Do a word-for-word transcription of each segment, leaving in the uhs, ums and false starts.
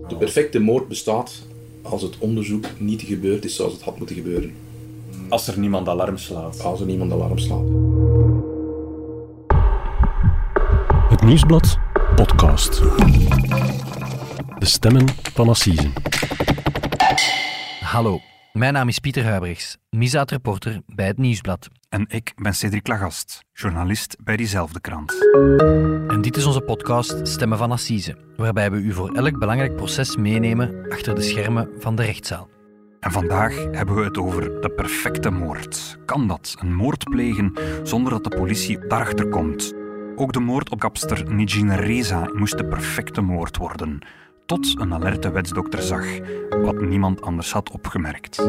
De perfecte moord bestaat als het onderzoek niet gebeurd is zoals het had moeten gebeuren. Als er niemand alarm slaat. Als er niemand alarm slaat. Het Nieuwsblad podcast. De stemmen van Assise. Hallo, mijn naam is Pieter Huybrechts, misdaadreporter bij het Nieuwsblad. En ik ben Cédric Lagast, journalist bij diezelfde krant. En dit is onze podcast Stemmen van Assise, waarbij we u voor elk belangrijk proces meenemen achter de schermen van de rechtszaal. En vandaag hebben we het over de perfecte moord. Kan dat, een moord plegen zonder dat de politie daarachter komt? Ook de moord op kapster Negin Reza moest de perfecte moord worden. Tot een alerte wetsdokter zag, wat niemand anders had opgemerkt.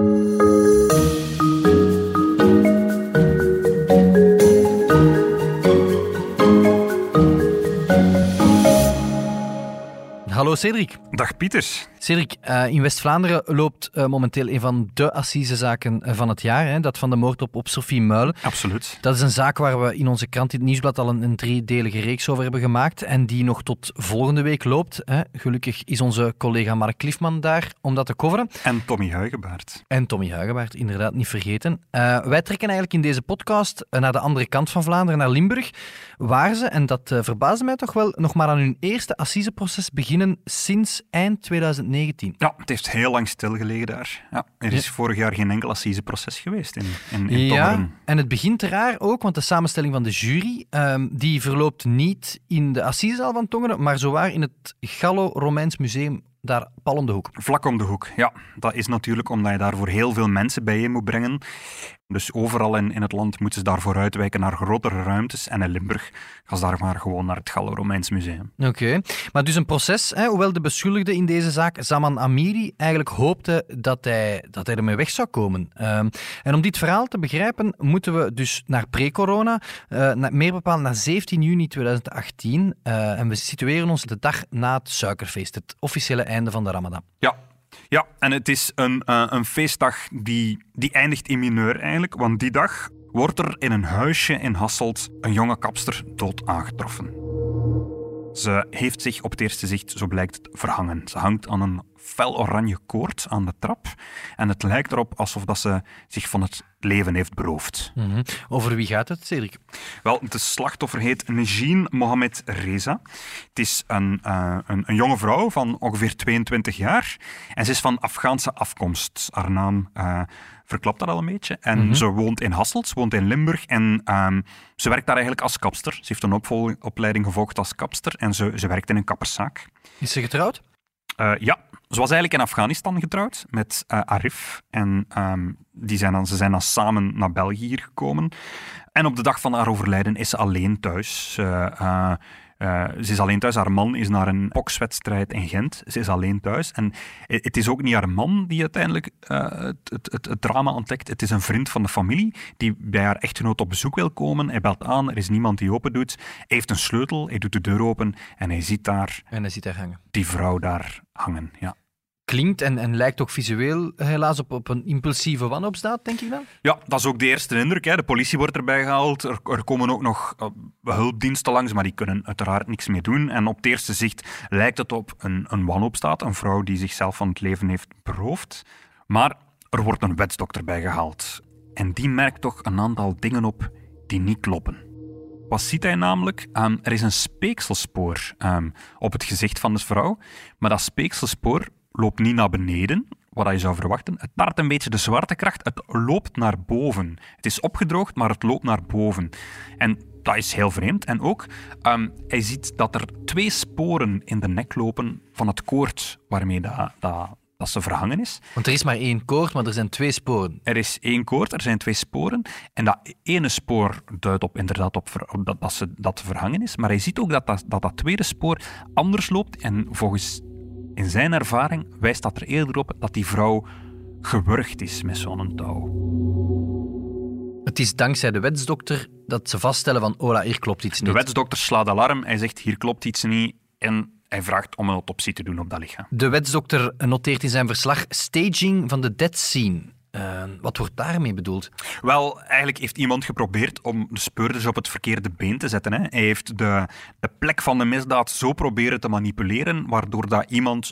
Hallo Cédric. Dag Pieter. Cédric, uh, in West-Vlaanderen loopt uh, momenteel een van de assisezaken van het jaar, hè, dat van de moord op, op Sophie Muilen. Absoluut. Dat is een zaak waar we in onze krant, in het Nieuwsblad, al een, een driedelige reeks over hebben gemaakt en die nog tot volgende week loopt. Hè. Gelukkig is onze collega Mark Cliffman daar om dat te coveren. En Tommy Huigebaert. En Tommy Huigebaert, inderdaad, niet vergeten. Uh, wij trekken eigenlijk in deze podcast naar de andere kant van Vlaanderen, naar Limburg, waar ze, en dat uh, verbaasde mij toch wel, nog maar aan hun eerste assiseproces beginnen sinds eind twintig negentien. Ja, het heeft heel lang stilgelegen daar. Ja, er is ja. vorig jaar geen enkel assiseproces geweest in, in, in ja, Tongeren. En het begint raar ook, want de samenstelling van de jury um, die verloopt niet in de assisezaal van Tongeren, maar zowaar in het Gallo-Romeins Museum, daar pal om de hoek. Vlak om de hoek, ja. Dat is natuurlijk omdat je daarvoor heel veel mensen bij je moet brengen. Dus overal in, in het land moeten ze daarvoor uitwijken naar grotere ruimtes. En in Limburg gaan ze daar maar gewoon naar het Gallo-Romeins Museum. Oké, okay. Maar dus een proces, hè, hoewel de beschuldigde in deze zaak, Zaman Amiri, eigenlijk hoopte dat hij, dat hij ermee weg zou komen. Um, en om dit verhaal te begrijpen, moeten we dus naar pre-corona, uh, naar, meer bepaald naar zeventien juni tweeduizend achttien. Uh, en we situeren ons de dag na het suikerfeest, het officiële einde van de Ramadan. Ja. Ja, en het is een, uh, een feestdag die, die eindigt in mineur eigenlijk, want die dag wordt er in een huisje in Hasselt een jonge kapster dood aangetroffen. Ze heeft zich op het eerste zicht, zo blijkt het, verhangen. Ze hangt aan een fel oranje koord aan de trap en het lijkt erop alsof dat ze zich van het leven heeft beroofd. Mm-hmm. Over wie gaat het, Cédric? Wel, de slachtoffer heet Negin Mohamed Reza. Het is een, uh, een, een jonge vrouw van ongeveer tweeëntwintig jaar en ze is van Afghaanse afkomst. Haar naam uh, verklapt dat al een beetje. En mm-hmm. ze woont in Hasselt, ze woont in Limburg en um, ze werkt daar eigenlijk als kapster. Ze heeft een opvol- opleiding gevolgd als kapster en ze, ze werkt in een kapperszaak. Is ze getrouwd? Uh, ja, ze was eigenlijk in Afghanistan getrouwd met uh, Arif. En um, die zijn dan, ze zijn dan samen naar België hier gekomen. En op de dag van haar overlijden is ze alleen thuis. Ze, uh, uh, ze is alleen thuis. Haar man is naar een bokswedstrijd in Gent. Ze is alleen thuis. En het is ook niet haar man die uiteindelijk uh, het, het, het, het drama ontdekt. Het is een vriend van de familie die bij haar echtgenoot op bezoek wil komen. Hij belt aan, er is niemand die open doet. Hij heeft een sleutel, hij doet de deur open en hij ziet daar... En hij ziet haar hangen. Die vrouw daar hangen, ja. Klinkt en, en lijkt ook visueel helaas op, op een impulsieve wanhoopsdaad, denk ik dan? Ja, dat is ook de eerste indruk. Hè. De politie wordt erbij gehaald. Er, er komen ook nog uh, hulpdiensten langs, maar die kunnen uiteraard niks meer doen. En op het eerste zicht lijkt het op een, een wanhoopsdaad. Een vrouw die zichzelf van het leven heeft beroofd. Maar er wordt een wetsdokter bij gehaald. En die merkt toch een aantal dingen op die niet kloppen. Wat ziet hij namelijk? Um, er is een speekselspoor um, op het gezicht van de vrouw. Maar dat speekselspoor loopt niet naar beneden, wat je zou verwachten. Het tart een beetje de zwaartekracht. Het loopt naar boven. Het is opgedroogd, maar het loopt naar boven. En dat is heel vreemd. En ook, um, hij ziet dat er twee sporen in de nek lopen van het koord waarmee dat, dat, dat ze verhangen is. Want er is maar één koord, maar er zijn twee sporen. Er is één koord, er zijn twee sporen. En dat ene spoor duidt op, inderdaad op, op dat, dat, ze, dat te verhangen is. Maar hij ziet ook dat dat, dat dat tweede spoor anders loopt. En volgens... In zijn ervaring wijst dat er eerder op dat die vrouw gewurgd is met zo'n touw. Het is dankzij de wetsdokter dat ze vaststellen van oh, hier klopt iets niet. De wetsdokter slaat alarm, hij zegt hier klopt iets niet en hij vraagt om een autopsie te doen op dat lichaam. De wetsdokter noteert in zijn verslag staging van de death scene. Uh, wat wordt daarmee bedoeld? Wel, eigenlijk heeft iemand geprobeerd om de speurders op het verkeerde been te zetten. Hè. Hij heeft de, de plek van de misdaad zo proberen te manipuleren, waardoor dat iemand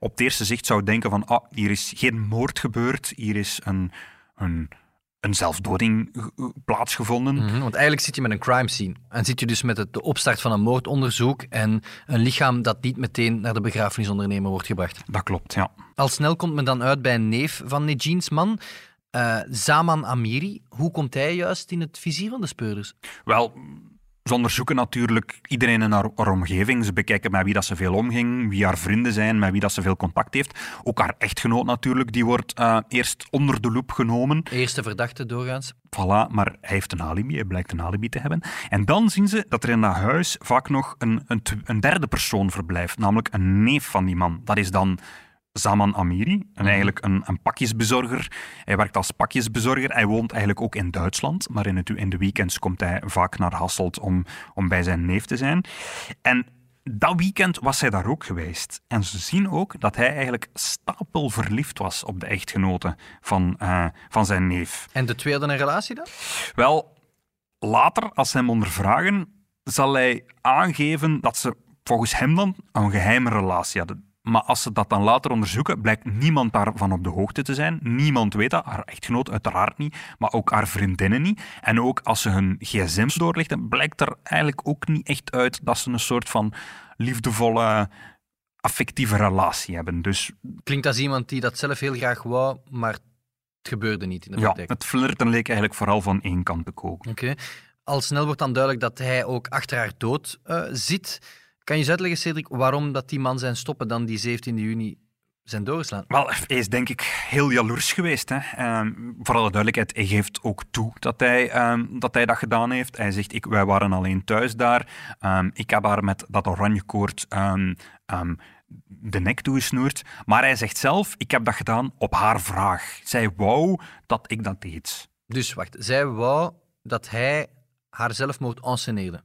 op het eerste zicht zou denken van ah, hier is geen moord gebeurd, hier is een, een, een zelfdoding plaatsgevonden. Mm-hmm, want eigenlijk zit je met een crime scene. En zit je dus met het, de opstart van een moordonderzoek en een lichaam dat niet meteen naar de begrafenisondernemer wordt gebracht. Dat klopt, ja. Al snel komt men dan uit bij een neef van Nejeens man, uh, Zaman Amiri. Hoe komt hij juist in het vizier van de speurders? Wel, ze onderzoeken natuurlijk iedereen in haar, haar omgeving. Ze bekijken met wie dat ze veel omging, wie haar vrienden zijn, met wie dat ze veel contact heeft. Ook haar echtgenoot natuurlijk, die wordt uh, eerst onder de loep genomen. Eerste verdachte doorgaans. Voilà, maar hij heeft een alibi, hij blijkt een alibi te hebben. En dan zien ze dat er in dat huis vaak nog een, een, een derde persoon verblijft, namelijk een neef van die man. Dat is dan Zaman Amiri, en eigenlijk een, een pakjesbezorger. Hij werkt als pakjesbezorger. Hij woont eigenlijk ook in Duitsland, maar in, het, in de weekends komt hij vaak naar Hasselt om, om bij zijn neef te zijn. En dat weekend was hij daar ook geweest. En ze zien ook dat hij eigenlijk stapelverliefd was op de echtgenote van, uh, van zijn neef. En de twee hadden een relatie dan? Wel, later, als ze hem ondervragen, zal hij aangeven dat ze volgens hem dan een geheime relatie hadden. Maar als ze dat dan later onderzoeken, blijkt niemand daarvan op de hoogte te zijn. Niemand weet dat. Haar echtgenoot uiteraard niet, maar ook haar vriendinnen niet. En ook als ze hun gsm's doorlichten, blijkt er eigenlijk ook niet echt uit dat ze een soort van liefdevolle, affectieve relatie hebben. Dus klinkt als iemand die dat zelf heel graag wou, maar het gebeurde niet in de ja, praktijk. Het flirten leek eigenlijk vooral van één kant te koken. Oké. Okay. Al snel wordt dan duidelijk dat hij ook achter haar dood uh, zit. Kan je eens uitleggen, Cedric, waarom dat die man zijn stoppen dan die zeventiende juni zijn doorgeslaan? Wel, hij is denk ik heel jaloers geweest. Hè. Um, voor alle duidelijkheid, hij geeft ook toe dat hij, um, dat hij dat gedaan heeft. Hij zegt, ik, wij waren alleen thuis daar. Um, ik heb haar met dat oranje koord um, um, de nek toegesnoerd. Maar hij zegt zelf, ik heb dat gedaan op haar vraag. Zij wou dat ik dat deed. Dus wacht, zij wou dat hij haar zelfmoord enceneerde.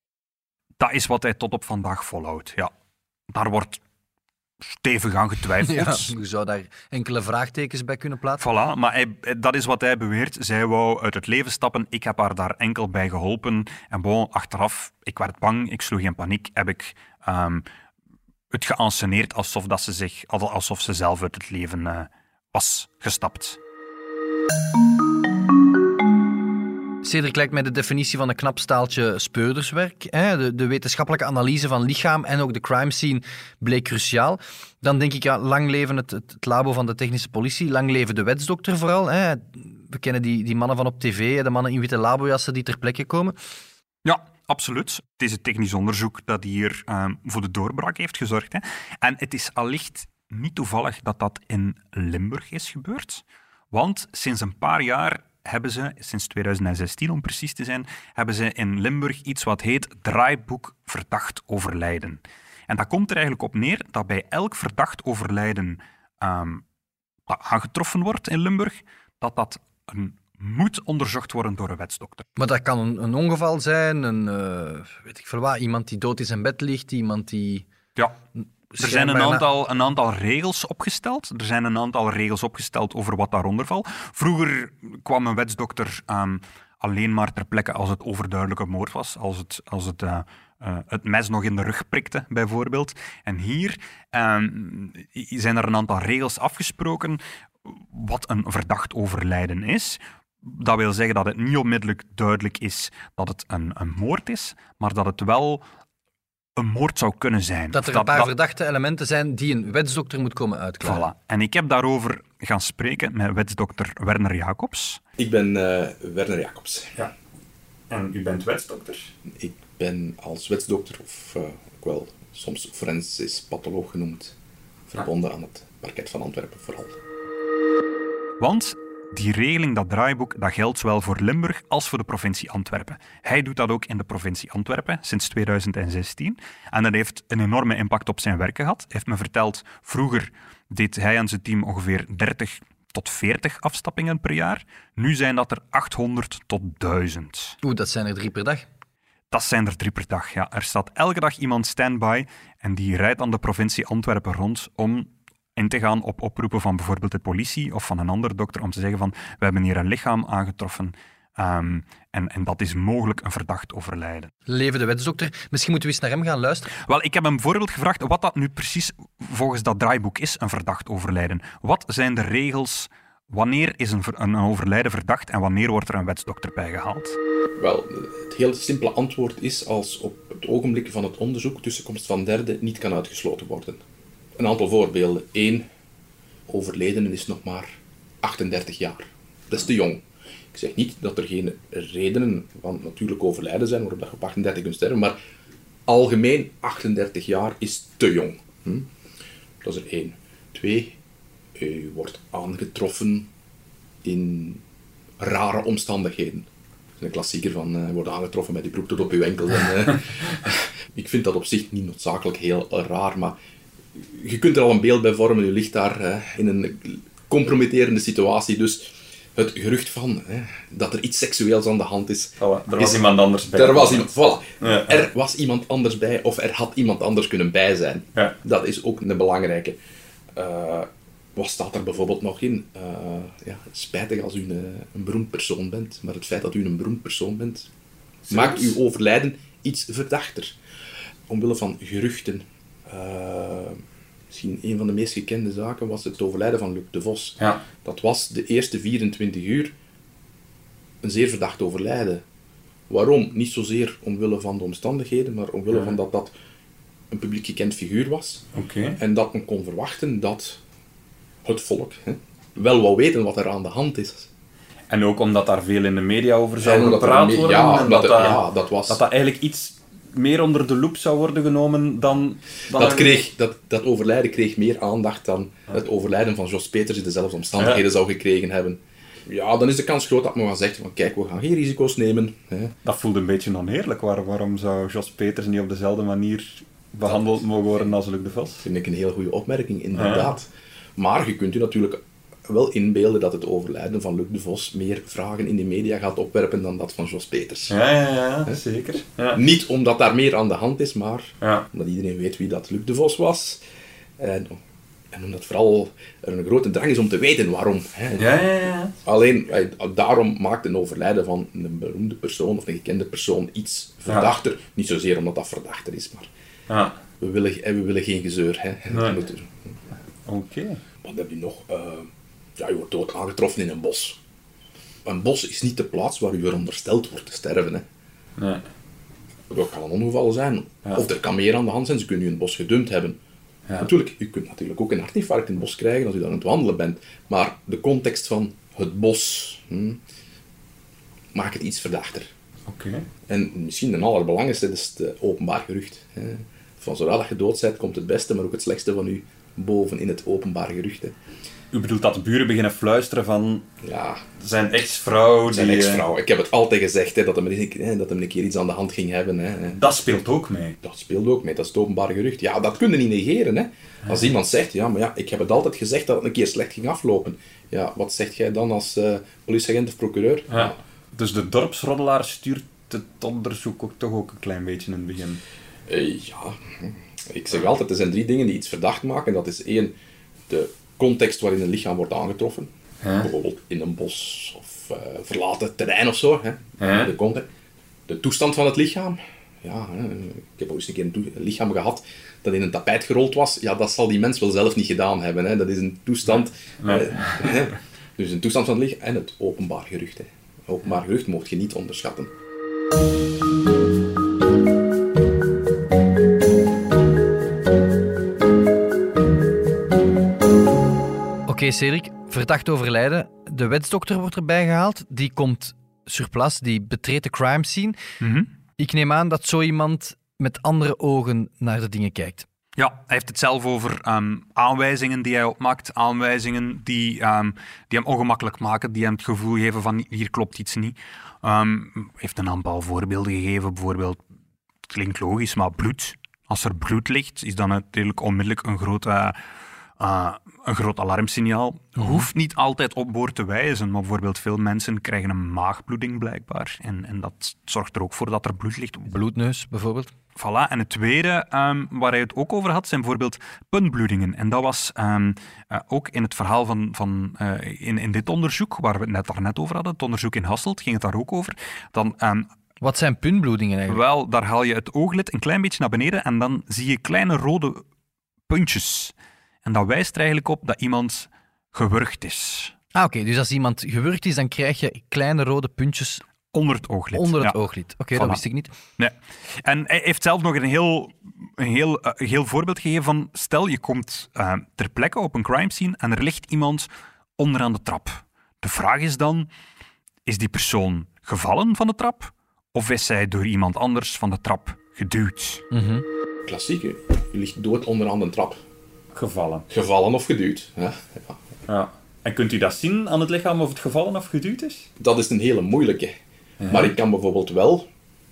Dat is wat hij tot op vandaag volhoudt, ja. Daar wordt stevig aan getwijfeld. Ja, je zou daar enkele vraagtekens bij kunnen plaatsen. Voilà, maar hij, dat is wat hij beweert. Zij wou uit het leven stappen, ik heb haar daar enkel bij geholpen. En bon, achteraf, ik werd bang, ik sloeg in paniek, heb ik um, het geënsceneerd alsof, dat ze zich, alsof ze zelf uit het leven uh, was gestapt. Cedric lijkt mij de definitie van een knap staaltje speurderswerk. Hè? De, de wetenschappelijke analyse van lichaam en ook de crime scene bleek cruciaal. Dan denk ik, ja, lang leven het, het, het labo van de technische politie, lang leven de wetsdokter vooral. Hè? We kennen die, die mannen van op tv, de mannen in witte labojassen die ter plekke komen. Ja, absoluut. Het is het technisch onderzoek dat hier um, voor de doorbraak heeft gezorgd. Hè? En het is allicht niet toevallig dat dat in Limburg is gebeurd. Want sinds een paar jaar hebben ze, sinds tweeduizend zestien om precies te zijn, hebben ze in Limburg iets wat heet draaiboek verdacht overlijden. En dat komt er eigenlijk op neer dat bij elk verdacht overlijden um, dat aangetroffen wordt in Limburg, dat dat een, moet onderzocht worden door een wetsdokter. Maar dat kan een, een ongeval zijn, een, uh, weet ik veel wat, iemand die dood in zijn bed ligt, iemand die... Ja. Er zijn een aantal, een aantal regels opgesteld. Er zijn een aantal regels opgesteld over wat daaronder valt. Vroeger kwam een wetsdokter um, alleen maar ter plekke als het overduidelijke moord was. Als het, als het, uh, uh, het mes nog in de rug prikte, bijvoorbeeld. En hier um, zijn er een aantal regels afgesproken wat een verdacht overlijden is. Dat wil zeggen dat het niet onmiddellijk duidelijk is dat het een, een moord is, maar dat het wel een moord zou kunnen zijn. Dat er dat, een paar dat... verdachte elementen zijn die een wetsdokter moet komen uitklaren. Voilà. En ik heb daarover gaan spreken met wetsdokter Werner Jacobs. Ik ben uh, Werner Jacobs. Ja. En u bent wetsdokter? Ik ben als wetsdokter, of uh, ook wel soms forensisch patholoog genoemd, verbonden aan het parket van Antwerpen vooral. Want die regeling, dat draaiboek, dat geldt zowel voor Limburg als voor de provincie Antwerpen. Hij doet dat ook in de provincie Antwerpen sinds tweeduizend zestien. En dat heeft een enorme impact op zijn werk gehad. Hij heeft me verteld, vroeger deed hij en zijn team ongeveer dertig tot veertig afstappingen per jaar. Nu zijn dat er achthonderd tot duizend. Oeh, dat zijn er drie per dag. Dat zijn er drie per dag, ja. Er staat elke dag iemand stand-by en die rijdt aan de provincie Antwerpen rond om in te gaan op oproepen van bijvoorbeeld de politie of van een andere dokter om te zeggen van we hebben hier een lichaam aangetroffen Um, en, en dat is mogelijk een verdacht overlijden. Levende wetsdokter. Misschien moeten we eens naar hem gaan luisteren. Wel, ik heb hem bijvoorbeeld gevraagd wat dat nu precies volgens dat draaiboek is, een verdacht overlijden. Wat zijn de regels? Wanneer is een, een overlijden verdacht en wanneer wordt er een wetsdokter bijgehaald? Wel, het hele simpele antwoord is als op het ogenblik van het onderzoek tussenkomst van derden niet kan uitgesloten worden. Een aantal voorbeelden. Eén, overledene is nog maar achtendertig jaar. Dat is te jong. Ik zeg niet dat er geen redenen van natuurlijk overlijden zijn waarop je op achtendertig kunt sterven, maar algemeen achtendertig jaar is te jong. Hm? Dat is er één. Twee, u wordt aangetroffen in rare omstandigheden. Dat is een klassieker van uh, worden aangetroffen met die broek tot op uw enkel. En, uh, ik vind dat op zich niet noodzakelijk heel raar, maar je kunt er al een beeld bij vormen. U ligt daar uh, in een compromitterende situatie, dus het gerucht van hè, dat er iets seksueels aan de hand is. Voilà, er was is, iemand anders bij. Er was iemand, voilà. Ja. Er was iemand anders bij, of er had iemand anders kunnen bij zijn. Ja. Dat is ook een belangrijke. Uh, wat staat er bijvoorbeeld nog in? Uh, ja, spijtig als u een, een beroemd persoon bent, maar het feit dat u een beroemd persoon bent, Zelfs. maakt uw overlijden iets verdachter. Omwille van geruchten. Uh, Misschien een van de meest gekende zaken was het overlijden van Luc de Vos. Ja. Dat was de eerste vierentwintig uur een zeer verdacht overlijden. Waarom? Niet zozeer omwille van de omstandigheden, maar omwille ja. van dat dat een publiek gekend figuur was. Okay. En dat men kon verwachten dat het volk hè, wel wou weten wat er aan de hand is. En ook omdat daar veel in de media over zou gepraat me- worden. Ja, en dat, dat, het, dat, ja, dat was... dat dat eigenlijk iets meer onder de loep zou worden genomen dan... dan dat, kreeg, dat, dat overlijden kreeg meer aandacht dan het overlijden van Jos Peters in dezelfde omstandigheden ja. zou gekregen hebben. Ja, dan is de kans groot dat men gaat zeggen van kijk, we gaan geen risico's nemen. Hè. Dat voelt een beetje oneerlijk. Waar, waarom zou Jos Peters niet op dezelfde manier behandeld dat, mogen worden als Luc de Vos? Dat vind ik een heel goede opmerking, inderdaad. Ja. Maar je kunt u natuurlijk wel inbeelden dat het overlijden van Luc de Vos meer vragen in de media gaat opwerpen dan dat van Jos Peters. Ja, ja, ja, He? zeker. Ja. Niet omdat daar meer aan de hand is, maar ja. omdat iedereen weet wie dat Luc de Vos was. En, en omdat vooral er een grote drang is om te weten waarom. Hè. Ja, ja, ja. Alleen, daarom maakt een overlijden van een beroemde persoon of een gekende persoon iets verdachter. Ja. Niet zozeer omdat dat verdachter is, maar ja. we, willen, we willen geen gezeur. Hè. Nee. Oké. Okay. Wat heb je nog? Uh, Ja, je wordt dood aangetroffen in een bos. Een bos is niet de plaats waar u verondersteld wordt te sterven. Hè. Nee. Dat kan een ongeval zijn. Ja. Of er kan meer aan de hand zijn. Ze kunnen u in het bos gedumpt hebben. Ja. Natuurlijk, u kunt natuurlijk ook een hartinfarct in het bos krijgen als u daar aan het wandelen bent. Maar de context van het bos hm, maakt het iets verdachter. Oké. Okay. En misschien de allerbelangrijkste is het openbaar gerucht. Hè. Van zodra dat je dood bent, komt het beste, maar ook het slechtste van u boven in het openbaar gerucht. Hè. U bedoelt dat de buren beginnen fluisteren van... Ja. Zijn ex-vrouw... Zijn die, ex-vrouw. Ik heb het altijd gezegd, hè, dat, hem een, hè, dat hem een keer iets aan de hand ging hebben. Hè. Dat speelt ook mee. Dat speelt ook mee. Dat is het openbaar gerucht. Ja, dat kun je niet negeren. Hè. Als ja. iemand zegt, ja, maar ja, ik heb het altijd gezegd dat het een keer slecht ging aflopen. Ja, wat zegt jij dan als uh, politieagent of procureur? Ja. Ja. Dus de dorpsroddelaar stuurt het onderzoek ook toch ook een klein beetje in het begin? Uh, ja, ik zeg altijd, er zijn drie dingen die iets verdacht maken. Dat is één, de context waarin een lichaam wordt aangetroffen. Huh? Bijvoorbeeld in een bos of uh, verlaten terrein of zo. Hè. Huh? De context. De toestand van het lichaam. Ja, hè. Ik heb ook eens een keer een, toe- een lichaam gehad dat in een tapijt gerold was. Ja, dat zal die mens wel zelf niet gedaan hebben. Hè. Dat is een toestand... Nee. Uh, hè. Dus een toestand van het lichaam en het openbaar gerucht. Hè. Openbaar gerucht mocht je niet onderschatten. Oké, okay, Cedric, verdacht overlijden. De wetsdokter wordt erbij gehaald. Die komt sur place, die betreedt de crime scene. Mm-hmm. Ik neem aan dat zo iemand met andere ogen naar de dingen kijkt. Ja, hij heeft het zelf over um, aanwijzingen die hij opmaakt. Aanwijzingen die, um, die hem ongemakkelijk maken, die hem het gevoel geven van hier klopt iets niet. Um, hij heeft een aantal voorbeelden gegeven. Bijvoorbeeld, het klinkt logisch, maar bloed. Als er bloed ligt, is dan natuurlijk onmiddellijk een groot... Uh, Uh, een groot alarmsignaal. Mm-hmm. Hoeft niet altijd op boord te wijzen, maar bijvoorbeeld veel mensen krijgen een maagbloeding blijkbaar. En, en dat zorgt er ook voor dat er bloed ligt. Bloedneus, bijvoorbeeld? Voilà. En het tweede um, waar hij het ook over had, zijn bijvoorbeeld puntbloedingen. En dat was um, uh, ook in het verhaal van, van uh, in, in dit onderzoek, waar we het net daarnet over hadden, het onderzoek in Hasselt, ging het daar ook over. Dan, um, Wat zijn puntbloedingen eigenlijk? Wel, daar haal je het ooglid een klein beetje naar beneden en dan zie je kleine rode puntjes. En dat wijst er eigenlijk op dat iemand gewurgd is. Ah, oké. Okay. Dus als iemand gewurgd is, dan krijg je kleine rode puntjes onder het ooglid. Onder het ja. ooglid. Oké, okay, voilà. Dat wist ik niet. Nee. En hij heeft zelf nog een heel, een heel, uh, heel voorbeeld gegeven van... Stel, je komt uh, ter plekke op een crime scene en er ligt iemand onderaan de trap. De vraag is dan, is die persoon gevallen van de trap? Of is hij door iemand anders van de trap geduwd? Mm-hmm. Klassiek, hè? Je ligt dood onderaan de trap. Gevallen. Gevallen of geduwd. Ja. Ja. Ja. En kunt u dat zien aan het lichaam of het gevallen of geduwd is? Dat is een hele moeilijke. Ja. Maar ik kan bijvoorbeeld wel,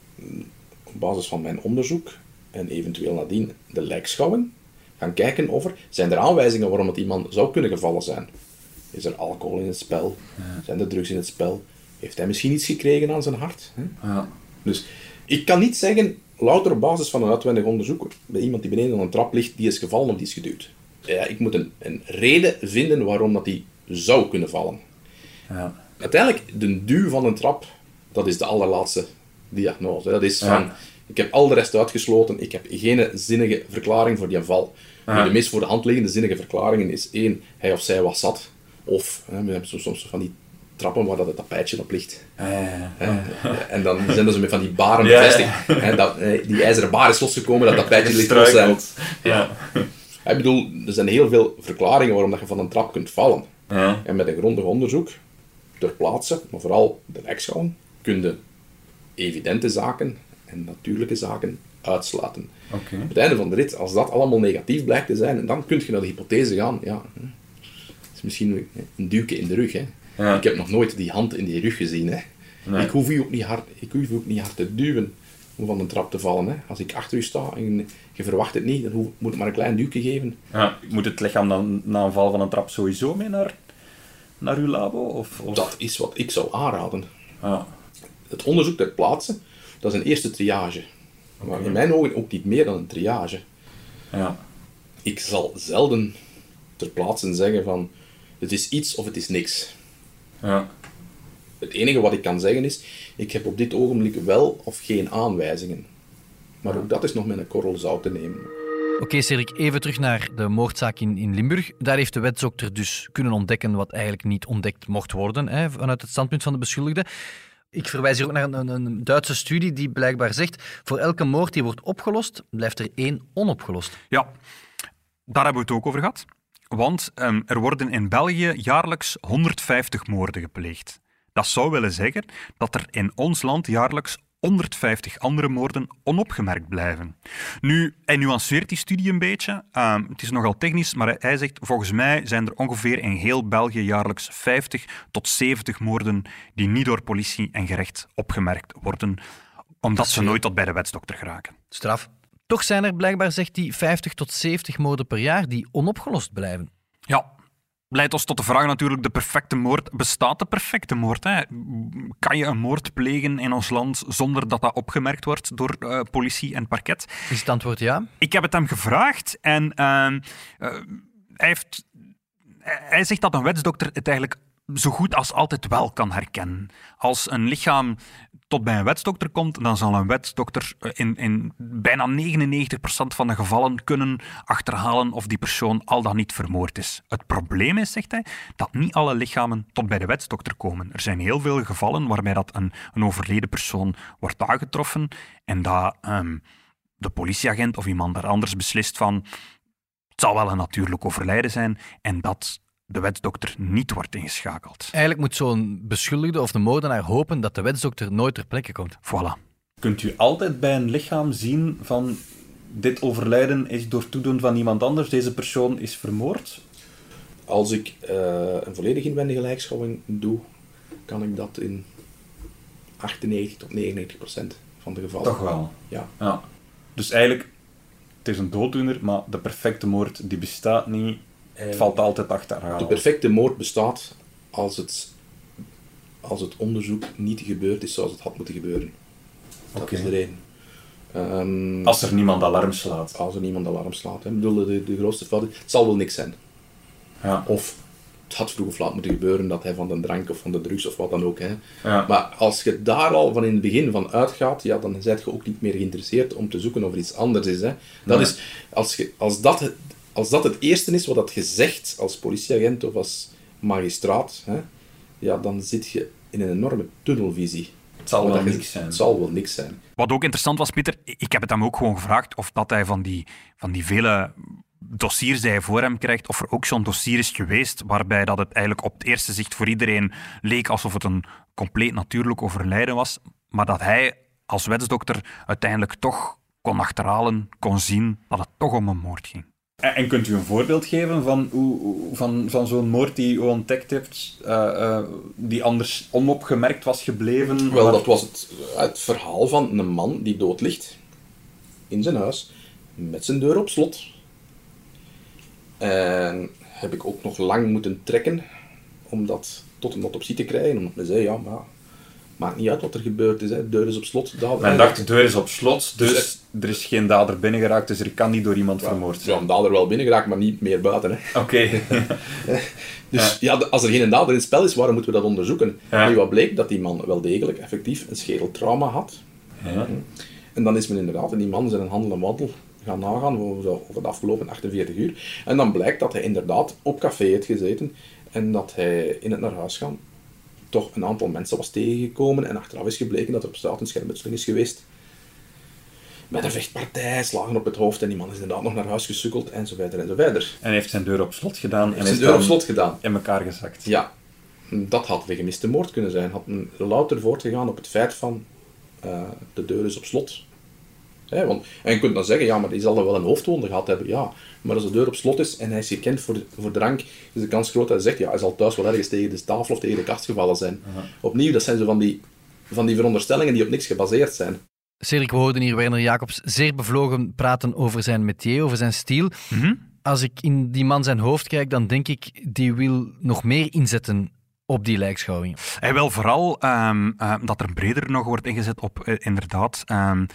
op basis van mijn onderzoek en eventueel nadien de lijkschouwing, gaan kijken of er... Zijn er aanwijzingen waarom het iemand zou kunnen gevallen zijn? Is er alcohol in het spel? Ja. Zijn er drugs in het spel? Heeft hij misschien iets gekregen aan zijn hart? Hè? Ja. Dus ik kan niet zeggen, louter op basis van een uitwendig onderzoek, bij iemand die beneden aan een trap ligt, die is gevallen of die is geduwd. Ja, ik moet een, een reden vinden waarom dat die zou kunnen vallen. Ja. Uiteindelijk, de duw van een trap, dat is de allerlaatste diagnose. Dat is van, Ja. ik heb al de rest uitgesloten, ik heb geen zinnige verklaring voor die val. Ja. De meest voor de hand liggende zinnige verklaringen is één, hij of zij was zat. Of, hè, we hebben soms van die trappen waar dat het tapijtje op ligt. Ja, ja, Hè, ja. En dan zijn ze met van die baren Ja, ja. bevestigd. Hè, dat, die ijzeren bar is losgekomen, dat tapijtje ligt los. En, Ja. ik bedoel, er zijn heel veel verklaringen waarom dat je van een trap kunt vallen. Ja. En met een grondig onderzoek, ter plaatse, maar vooral de lijkschouwing, kun je evidente zaken en natuurlijke zaken uitsluiten. Oké. Op het einde van de rit, als dat allemaal negatief blijkt te zijn, dan kun je naar de hypothese gaan, ja, het is misschien een duwke in de rug. Hè. Ja. Ik heb nog nooit die hand in die rug gezien. Hè. Nee. Ik, hoef u ook niet hard, ik hoef u ook niet hard te duwen om van een trap te vallen. Hè. Als ik achter u sta en je verwacht het niet, dan hoef, moet ik maar een klein duwke geven. Ja. Moet het lichaam dan na een val van een trap sowieso mee naar, naar uw labo? Of, of... Dat is wat ik zou aanraden. Ja. Het onderzoek ter plaatse, dat is een eerste triage. Maar Oké. in mijn ogen ook niet meer dan een triage. Ja. Ik zal zelden ter plaatse zeggen van het is iets of het is niks. Ja. Het enige wat ik kan zeggen is, ik heb op dit ogenblik wel of geen aanwijzingen. Maar ook dat is nog met een korrel zout te nemen. Oké, okay, Cedric, even terug naar de moordzaak in, in Limburg. Daar heeft de wetsdokter dus kunnen ontdekken wat eigenlijk niet ontdekt mocht worden, hè, vanuit het standpunt van de beschuldigde. Ik verwijs hier ook naar een, een Duitse studie die blijkbaar zegt, voor elke moord die wordt opgelost, blijft er één onopgelost. Ja, daar hebben we het ook over gehad. Want um, er worden in België jaarlijks honderdvijftig moorden gepleegd. Dat zou willen zeggen dat er in ons land jaarlijks honderdvijftig andere moorden onopgemerkt blijven. Nu, hij nuanceert die studie een beetje. Um, het is nogal technisch, maar hij zegt, volgens mij zijn er ongeveer in heel België jaarlijks vijftig tot zeventig moorden die niet door politie en gerecht opgemerkt worden, omdat ze nooit tot bij de wetsdokter geraken. Straf. Toch zijn er blijkbaar, zegt hij, vijftig tot zeventig moorden per jaar die onopgelost blijven. Ja, leidt ons tot de vraag natuurlijk, de perfecte moord. Bestaat de perfecte moord? Hè? Kan je een moord plegen in ons land zonder dat dat opgemerkt wordt door uh, politie en parket? Is het antwoord ja? Ik heb het hem gevraagd en uh, uh, hij, heeft, hij zegt dat een wetsdokter het eigenlijk zo goed als altijd wel kan herkennen. Als een lichaam tot bij een wetsdokter komt, dan zal een wetsdokter in, in bijna negenennegentig procent van de gevallen kunnen achterhalen of die persoon al dan niet vermoord is. Het probleem is, zegt hij, dat niet alle lichamen tot bij de wetsdokter komen. Er zijn heel veel gevallen waarbij dat een, een overleden persoon wordt aangetroffen en dat um, de politieagent of iemand daar anders beslist van het zal wel een natuurlijk overlijden zijn en dat de wetsdokter niet wordt ingeschakeld. Eigenlijk moet zo'n beschuldigde of de moordenaar hopen dat de wetsdokter nooit ter plekke komt. Voilà. Kunt u altijd bij een lichaam zien van dit overlijden is door toedoen van iemand anders, deze persoon is vermoord? Als ik uh, een volledig inwendige lijkschouwing doe, kan ik dat in achtennegentig tot negenennegentig procent van de gevallen. Toch wel? Ja. Ja. Dus eigenlijk, het is een dooddoener, maar de perfecte moord die bestaat niet. Het valt altijd achteraan. De perfecte moord bestaat als het, als het onderzoek niet gebeurd is zoals het had moeten gebeuren. Dat Oké. is de reden. Um, Als er niemand alarm slaat. Als er niemand alarm slaat. Hè. Ik bedoel, de, de grootste fout is, het zal wel niks zijn. Ja. Of het had vroeg of laat moeten gebeuren dat hij van de drank of van de drugs of wat dan ook. Hè. Ja. Maar als je daar al van in het begin van uitgaat, ja, dan ben je ook niet meer geïnteresseerd om te zoeken of er iets anders is. Hè. Dat Ja. is als, je, als, dat, het- als dat het eerste is wat je zegt als politieagent of als magistraat, hè, ja, dan zit je in een enorme tunnelvisie. Het zal Maar wel dat je- niks zijn. Het zal wel niks zijn. Wat ook interessant was, Pieter, ik heb het hem ook gewoon gevraagd of dat hij van die, van die vele dossiers die hij voor hem krijgt, of er ook zo'n dossier is geweest waarbij dat het eigenlijk op het eerste zicht voor iedereen leek alsof het een compleet natuurlijk overlijden was, maar dat hij als wetsdokter uiteindelijk toch kon achterhalen, kon zien dat het toch om een moord ging. En, en kunt u een voorbeeld geven van, hoe, hoe- van, van zo'n moord die u ontdekt hebt, uh, uh, die anders onopgemerkt was gebleven? Wel, maar- dat was het, het verhaal van een man die dood ligt in zijn huis, met zijn deur op slot. En heb ik ook nog lang moeten trekken om dat tot een autopsie te krijgen. Omdat men zei, ja, maar maakt niet uit wat er gebeurd is, hè. De deur is op slot. Dat- Men dacht, de deur is op slot, dus Dus er is geen dader binnengeraakt, dus er kan niet door iemand vermoord Ja, zijn. een dader wel binnengeraakt, maar niet meer buiten. Hè. Oké. Dus ja. de- als er geen dader in het spel is, waarom moeten we dat onderzoeken? Ja. Nu, wat bleek? Dat die man wel degelijk effectief een schedeltrauma had. Ja. En dan is men inderdaad in die man zijn handel en wandel gaan nagaan over de, over de afgelopen achtenveertig uur. En dan blijkt dat hij inderdaad op café heeft gezeten en dat hij in het naar huis gaan toch een aantal mensen was tegengekomen en achteraf is gebleken dat er op straat een schermutseling is geweest. Met een vechtpartij, slagen op het hoofd en die man is inderdaad nog naar huis gesukkeld en zo verder en zo verder. En heeft zijn deur op slot gedaan en Zijn is deur op dan slot gedaan. in elkaar gezakt. Ja, dat had de gemiste moord kunnen zijn. Had men louter voortgegaan op het feit van uh, de deur is op slot. Hè, want, en je kunt dan zeggen, ja, maar die zal er wel een hoofdwonde gehad hebben. Ja, maar als de deur op slot is en hij is gekend voor, voor drank, is de kans groot dat hij zegt, ja, hij zal thuis wel ergens tegen de tafel of tegen de kast gevallen zijn. Uh-huh. Opnieuw, dat zijn zo van die, van die veronderstellingen die op niks gebaseerd zijn. Cedric, we hoorden hier Werner Jacobs zeer bevlogen praten over zijn métier, over zijn stijl. Mm-hmm. Als ik in die man zijn hoofd kijk, dan denk ik, die wil nog meer inzetten op die lijkschouwing. Hij wil vooral um, uh, dat er breder nog wordt ingezet op, uh, inderdaad, um,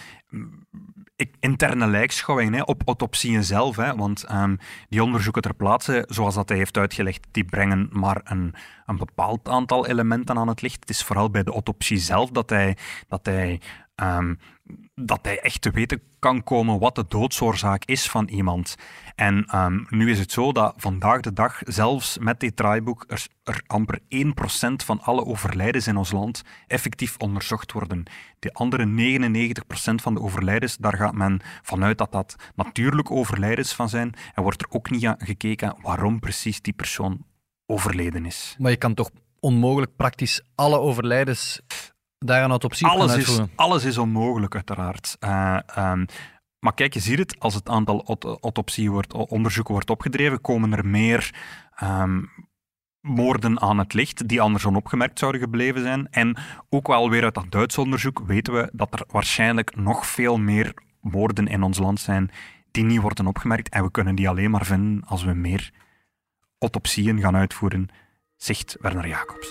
interne lijkschouwing, hè, op autopsieën zelf. Hè, want um, die onderzoeken ter plaatse, zoals dat hij heeft uitgelegd, die brengen maar een, een bepaald aantal elementen aan het licht. Het is vooral bij de autopsie zelf dat hij... Dat hij Um, dat hij echt te weten kan komen wat de doodsoorzaak is van iemand. En um, nu is het zo dat vandaag de dag, zelfs met dit draaiboek, er, er amper één procent van alle overlijdens in ons land effectief onderzocht worden. De andere negenennegentig procent van de overlijdens, daar gaat men vanuit dat dat natuurlijk overlijdens van zijn en wordt er ook niet aan gekeken waarom precies die persoon overleden is. Maar je kan toch onmogelijk praktisch alle overlijdens... daar een autopsie op gaan uitvoeren. Is, alles is onmogelijk, uiteraard. Uh, um, maar kijk, je ziet het, als het aantal aut- autopsie wordt, onderzoeken wordt opgedreven, komen er meer um, moorden aan het licht die anders onopgemerkt zouden gebleven zijn. En ook wel weer uit dat Duitse onderzoek weten we dat er waarschijnlijk nog veel meer moorden in ons land zijn die niet worden opgemerkt. En we kunnen die alleen maar vinden als we meer autopsieën gaan uitvoeren, zegt Werner Jacobs.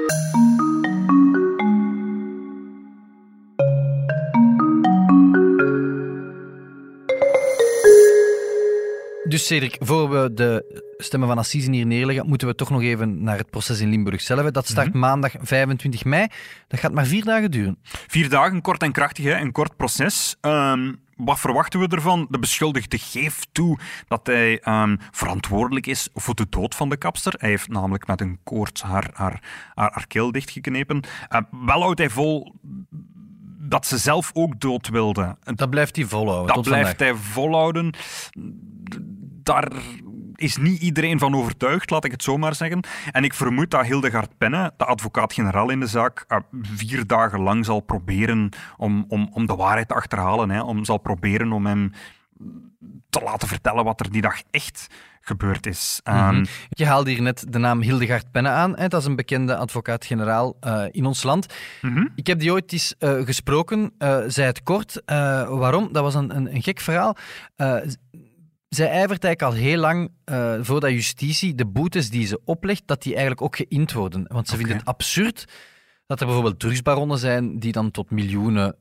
Dus Cedric, voor we de stemmen van Assisen hier neerleggen, moeten we toch nog even naar het proces in Limburg zelf. Dat start mm-hmm. maandag vijfentwintig mei. Dat gaat maar vier dagen duren. Vier dagen, kort en krachtig, hè? Een kort proces. Um, wat verwachten we ervan? De beschuldigde geeft toe dat hij um, verantwoordelijk is voor de dood van de kapster. Hij heeft namelijk met een koord haar, haar, haar, haar keel dichtgeknepen. Uh, wel houdt hij vol dat ze zelf ook dood wilde. Dat blijft hij volhouden. Dat tot blijft vandaag. hij volhouden. Daar is niet iedereen van overtuigd, laat ik het zo maar zeggen. En ik vermoed dat Hildegard Penne, de advocaat-generaal in de zaak, uh, vier dagen lang zal proberen om, om, om de waarheid te achterhalen. Hè, om zal proberen om hem te laten vertellen wat er die dag echt gebeurd is. Mm-hmm. Um, Je haalde hier net de naam Hildegard Penne aan. Hè? Dat is een bekende advocaat-generaal uh, in ons land. Mm-hmm. Ik heb die ooit eens uh, gesproken. Uh, zij het kort. Uh, waarom? Dat was een, een, een gek verhaal. Uh, Zij ijvert eigenlijk al heel lang uh, voordat justitie de boetes die ze oplegt, dat die eigenlijk ook geïnd worden. Want ze okay. vindt het absurd dat er bijvoorbeeld drugsbaronnen zijn die dan tot miljoenen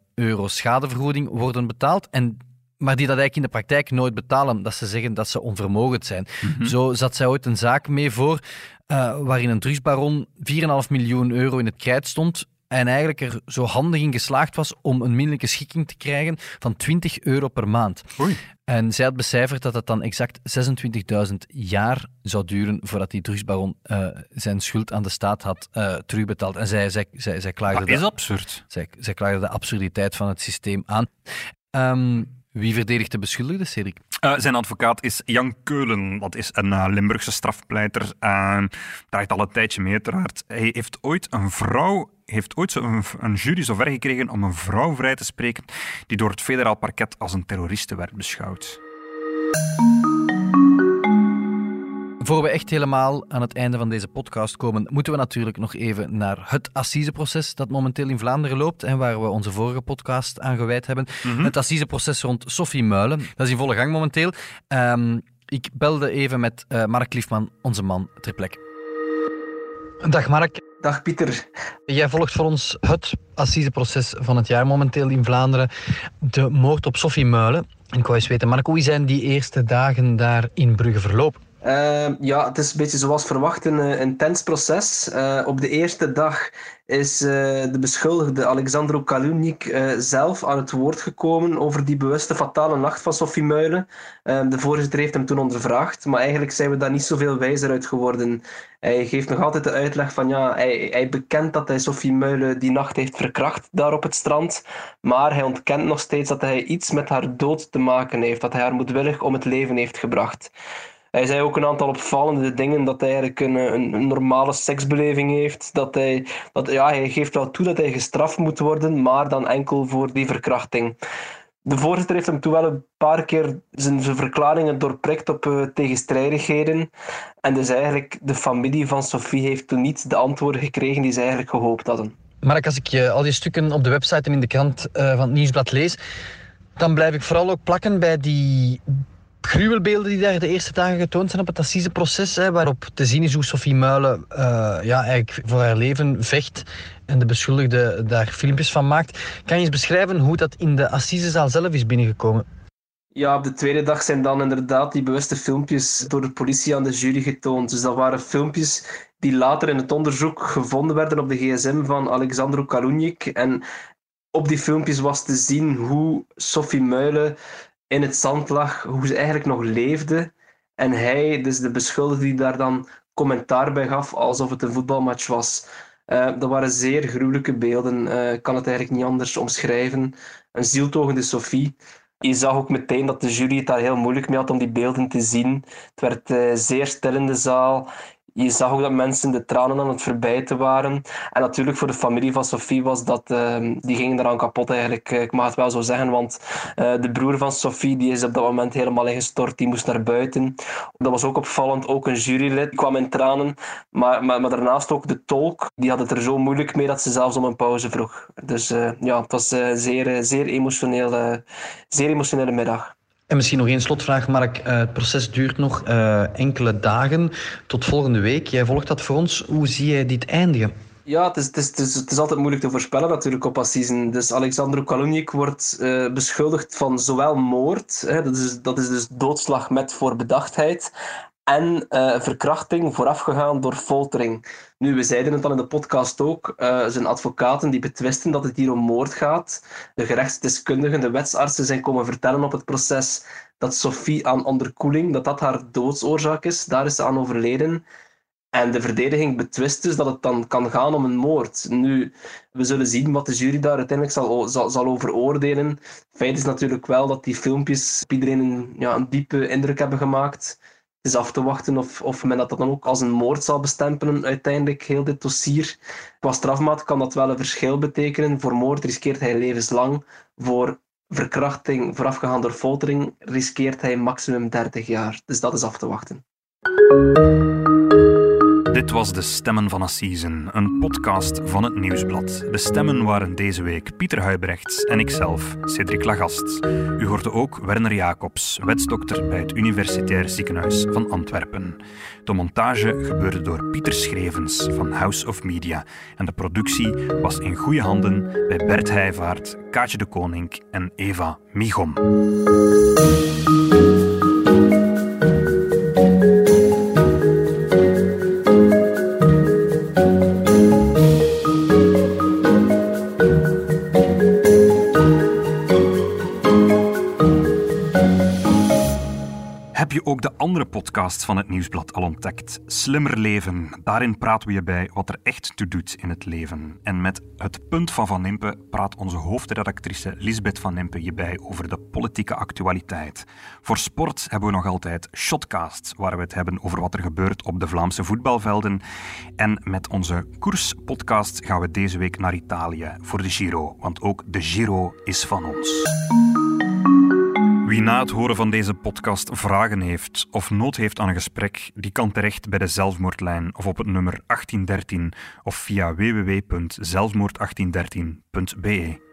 euro schadevergoeding worden betaald. En maar die dat eigenlijk in de praktijk nooit betalen, omdat ze zeggen dat ze onvermogend zijn. Mm-hmm. Zo zat zij ooit een zaak mee voor, uh, waarin een drugsbaron vier komma vijf miljoen euro in het krijt stond en eigenlijk er zo handig in geslaagd was om een minderlijke schikking te krijgen van twintig euro per maand. Oei. En zij had becijferd dat het dan exact zesentwintigduizend jaar zou duren voordat die drugsbaron uh, zijn schuld aan de staat had uh, terugbetaald. En zij, zij, zij, zij klaagde... Dat is de, absurd. Zij, zij klaagde de absurditeit van het systeem aan. Um, Wie verdedigt de beschuldigde, Cedric? Uh, zijn advocaat is Jan Keulen. Dat is een uh, Limburgse strafpleiter. Uh, draait al een tijdje mee, uiteraard. Hij heeft ooit een vrouw... heeft ooit zo een, een jury zover gekregen om een vrouw vrij te spreken die door het federaal parket als een terroriste werd beschouwd. Voor we echt helemaal aan het einde van deze podcast komen, moeten we natuurlijk nog even naar het assiseproces dat momenteel in Vlaanderen loopt en waar we onze vorige podcast aan gewijd hebben. Mm-hmm. Het assiseproces rond Sophie Muilen. Dat is in volle gang momenteel. Um, ik belde even met uh, Mark Liefman, onze man ter plekke. Dag Mark. Dag Pieter. Jij volgt voor ons het assiseproces van het jaar momenteel in Vlaanderen. De moord op Sophie Muilen. En ik wou eens weten, Mark, hoe zijn die eerste dagen daar in Brugge verlopen? Uh, ja, het is een beetje zoals verwacht een uh, intens proces. Uh, op de eerste dag is uh, de beschuldigde Alexandru Kalunjik uh, zelf aan het woord gekomen over die bewuste fatale nacht van Sophie Muilen. Uh, de voorzitter heeft hem toen ondervraagd, maar eigenlijk zijn we daar niet zoveel wijzer uit geworden. Hij geeft nog altijd de uitleg van ja, hij, hij bekent dat hij Sophie Muilen die nacht heeft verkracht daar op het strand, maar hij ontkent nog steeds dat hij iets met haar dood te maken heeft, dat hij haar moedwillig om het leven heeft gebracht. Hij zei ook een aantal opvallende dingen, dat hij eigenlijk een, een, een normale seksbeleving heeft. Dat hij, dat, ja, hij geeft wel toe dat hij gestraft moet worden, maar dan enkel voor die verkrachting. De voorzitter heeft hem toen wel een paar keer zijn, zijn verklaringen doorprikt op uh, tegenstrijdigheden. En dus eigenlijk de familie van Sophie heeft toen niet de antwoorden gekregen die ze eigenlijk gehoopt hadden. Mark, als ik je al die stukken op de website en in de krant uh, van het Nieuwsblad lees, dan blijf ik vooral ook plakken bij die gruwelbeelden die daar de eerste dagen getoond zijn op het assiseproces, hè, waarop te zien is hoe Sophie Muilen uh, ja, eigenlijk voor haar leven vecht en de beschuldigde daar filmpjes van maakt. Kan je eens beschrijven hoe dat in de assisezaal zelf is binnengekomen? Ja, op de tweede dag zijn dan inderdaad die bewuste filmpjes door de politie aan de jury getoond. Dus dat waren filmpjes die later in het onderzoek gevonden werden op de gsm van Alexandru Kalunjik. En op die filmpjes was te zien hoe Sophie Muilen in het zand lag, hoe ze eigenlijk nog leefde. En hij, dus de beschuldigde, die daar dan commentaar bij gaf, alsof het een voetbalmatch was. Uh, dat waren zeer gruwelijke beelden. Uh, ik kan het eigenlijk niet anders omschrijven. Een zieltogende Sophie. Je zag ook meteen dat de jury het daar heel moeilijk mee had om die beelden te zien. Het werd uh, zeer stil in de zaal. Je zag ook dat mensen de tranen aan het verbijten waren. En natuurlijk voor de familie van Sophie was dat... Uh, die gingen eraan kapot eigenlijk. Ik mag het wel zo zeggen, want uh, de broer van Sophie die is op dat moment helemaal ingestort. Die moest naar buiten. Dat was ook opvallend. Ook een jurylid die kwam in tranen. Maar, maar, maar daarnaast ook de tolk. Die had het er zo moeilijk mee dat ze zelfs om een pauze vroeg. Dus uh, ja, het was een zeer, zeer, emotionele, zeer emotionele middag. En misschien nog één slotvraag, Mark. Uh, het proces duurt nog uh, enkele dagen tot volgende week. Jij volgt dat voor ons. Hoe zie jij dit eindigen? Ja, het is, het, is, het, is, het is altijd moeilijk te voorspellen natuurlijk op assisen. Dus Alexandru Kalunjik wordt uh, beschuldigd van zowel moord, hè, dat, is, dat is dus doodslag met voorbedachtheid, en uh, verkrachting voorafgegaan door foltering. Nu, we zeiden het al in de podcast ook, uh, zijn advocaten die betwisten dat het hier om moord gaat. De gerechtsdeskundigen, de wetsartsen zijn komen vertellen op het proces dat Sophie aan onderkoeling, dat dat haar doodsoorzaak is. Daar is ze aan overleden. En de verdediging betwist dus dat het dan kan gaan om een moord. Nu, we zullen zien wat de jury daar uiteindelijk zal, zal, zal over oordelen. Feit is natuurlijk wel dat die filmpjes op iedereen een, ja, een diepe indruk hebben gemaakt. Het is af te wachten of, of men dat dan ook als een moord zal bestempelen, uiteindelijk, heel dit dossier. Qua strafmaat kan dat wel een verschil betekenen. Voor moord riskeert hij levenslang. Voor verkrachting voorafgegaan door foltering riskeert hij maximum dertig jaar. Dus dat is af te wachten. De Dit was De Stemmen van Assisen, een podcast van het Nieuwsblad. De stemmen waren deze week Pieter Huybrechts en ikzelf, Cédric Lagast. U hoorde ook Werner Jacobs, wetsdokter bij het Universitair Ziekenhuis van Antwerpen. De montage gebeurde door Pieter Schrevens van House of Media en de productie was in goede handen bij Bert Heijvaart, Kaatje de Koning en Eva Michom. Heb je ook de andere podcasts van het Nieuwsblad al ontdekt? Slimmer Leven. Daarin praten we je bij wat er echt toe doet in het leven. En met Het Punt van Van Impe praat onze hoofdredactrice Lisbeth Van Impe je bij over de politieke actualiteit. Voor sport hebben we nog altijd Shotcast, waar we het hebben over wat er gebeurt op de Vlaamse voetbalvelden. En met onze koerspodcast gaan we deze week naar Italië voor de Giro, want ook de Giro is van ons. Wie na het horen van deze podcast vragen heeft of nood heeft aan een gesprek, die kan terecht bij de zelfmoordlijn of op het nummer achttien dertien of via w w w punt zelfmoord achttien dertien punt b e.